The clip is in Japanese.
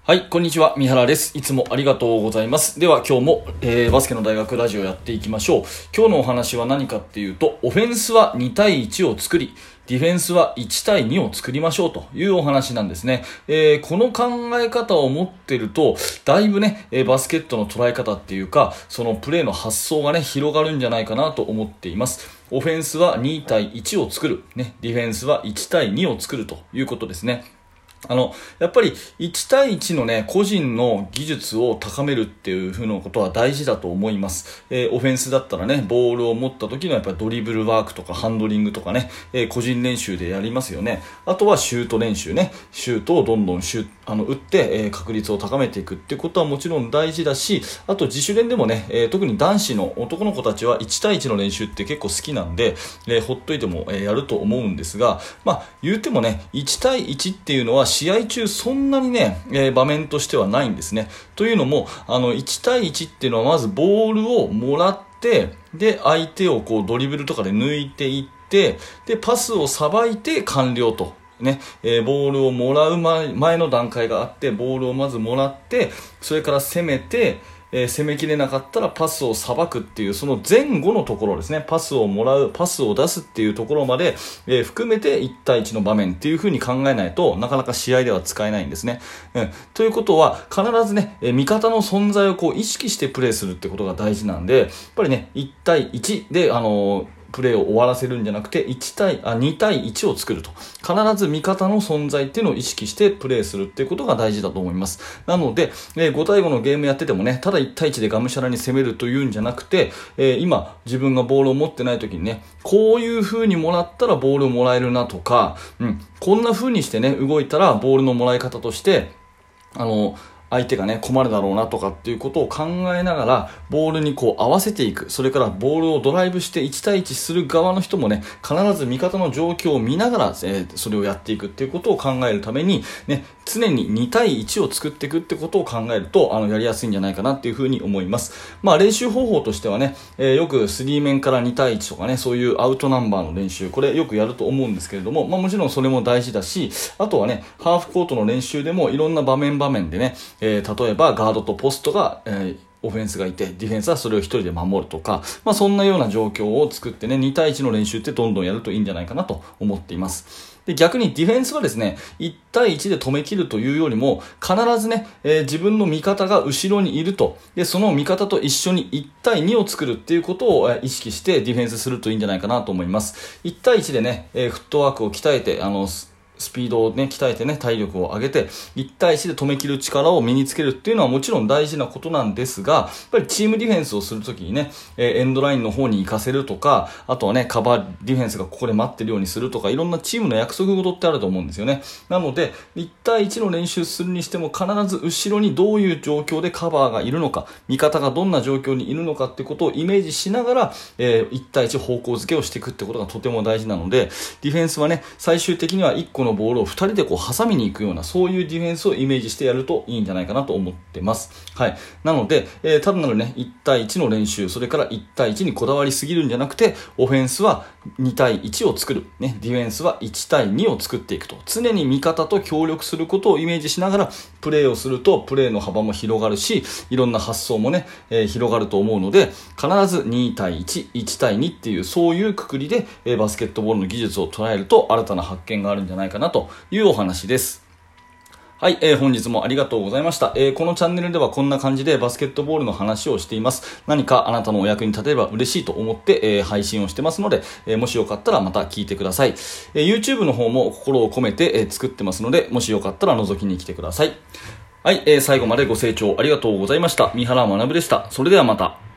はい、こんにちは。三原です。いつもありがとうございます。では今日も、バスケの大学ラジオやっていきましょう。今日のお話は何かっていうと、オフェンスは2対1を作り、ディフェンスは1対2を作りましょうというお話なんですね。この考え方を持ってると、だいぶね、バスケットの捉え方っていうか、そのプレーの発想がね、広がるんじゃないかなと思っています。オフェンスは2対1を作る、ね、ディフェンスは1対2を作るということですね。やっぱり1対1のね、個人の技術を高めるっていう風なことは大事だと思います。オフェンスだったらね、ボールを持った時のやっぱりドリブルワークとかハンドリングとかね、個人練習でやりますよね。あとはシュート練習ね、シュートをどんどん打って、確率を高めていくっていうことはもちろん大事だし、あと自主練でもね、特に男子の男の子たちは1対1の練習って結構好きなんで、ほっといても、やると思うんですが、言うてもね、1対1っていうのは試合中そんなにね、場面としてはないんですね。というのも1対1っていうのはまずボールをもらって、で相手をこうドリブルとかで抜いていって、でパスをさばいて完了とね、ボールをもらう前の段階があって、ボールをまずもらって、それから攻めて、攻めきれなかったらパスをさばくっていう、その前後のところですね、パスをもらう、パスを出すっていうところまで、含めて1対1の場面っていう風に考えないとなかなか試合では使えないんですね。ということは必ずね、味方の存在をこう意識してプレーするってことが大事なんで、やっぱりね、1対1でプレーを終わらせるんじゃなくて2対1を作ると、必ず味方の存在っていうのを意識してプレーするっていうことが大事だと思います。なので、5対5のゲームやっててもね、ただ1対1でがむしゃらに攻めるというんじゃなくて、今自分がボールを持ってない時にね、こういう風にもらったらボールをもらえるなとか、こんな風にしてね動いたらボールのもらい方として相手がね困るだろうなとかっていうことを考えながらボールにこう合わせていく。それからボールをドライブして1対1する側の人もね、必ず味方の状況を見ながら、それをやっていくっていうことを考えるためにね、常に2対1を作っていくってことを考えるとやりやすいんじゃないかなっていうふうに思います。練習方法としてはね、よく3面から2対1とかね、そういうアウトナンバーの練習、これよくやると思うんですけれども、もちろんそれも大事だし、あとはねハーフコートの練習でもいろんな場面でね、例えばガードとポストが、オフェンスがいてディフェンスはそれを一人で守るとか、そんなような状況を作ってね、2対1の練習ってどんどんやるといいんじゃないかなと思っています。で、逆にディフェンスはですね、1対1で止めきるというよりも必ずね、自分の味方が後ろにいると、でその味方と一緒に1対2を作るっていうことを意識してディフェンスするといいんじゃないかなと思います。1対1でね、フットワークを鍛えてスピードをね鍛えてね、体力を上げて1対1で止めきる力を身につけるっていうのはもちろん大事なことなんですが、やっぱりチームディフェンスをするときにね、エンドラインの方に行かせるとか、あとはねカバーディフェンスがここで待ってるようにするとか、いろんなチームの約束事ってあると思うんですよね。なので1対1の練習するにしても必ず後ろにどういう状況でカバーがいるのか、味方がどんな状況にいるのかってことをイメージしながら、1対1方向付けをしていくってことがとても大事なので、ディフェンスはね最終的には1個のボールを2人でこう挟みに行くような、そういうディフェンスをイメージしてやるといいんじゃないかなと思ってます。はい。なので、単なるね1対1の練習、それから1対1にこだわりすぎるんじゃなくて、オフェンスは2対1を作る、ね、ディフェンスは1対2を作っていくと、常に味方と協力することをイメージしながらプレーをすると、プレーの幅も広がるし、いろんな発想もね、広がると思うので、必ず2対1、1対2っていう、そういうくくりで、バスケットボールの技術を捉えると新たな発見があるんじゃないかなというお話です。はい、本日もありがとうございました。このチャンネルではこんな感じでバスケットボールの話をしています。何かあなたのお役に立てれば嬉しいと思って、配信をしてますので、もしよかったらまた聞いてください。YouTube の方も心を込めて、作ってますので、もしよかったら覗きに来てください。はい、最後までご清聴ありがとうございました。三原学でした。それではまた。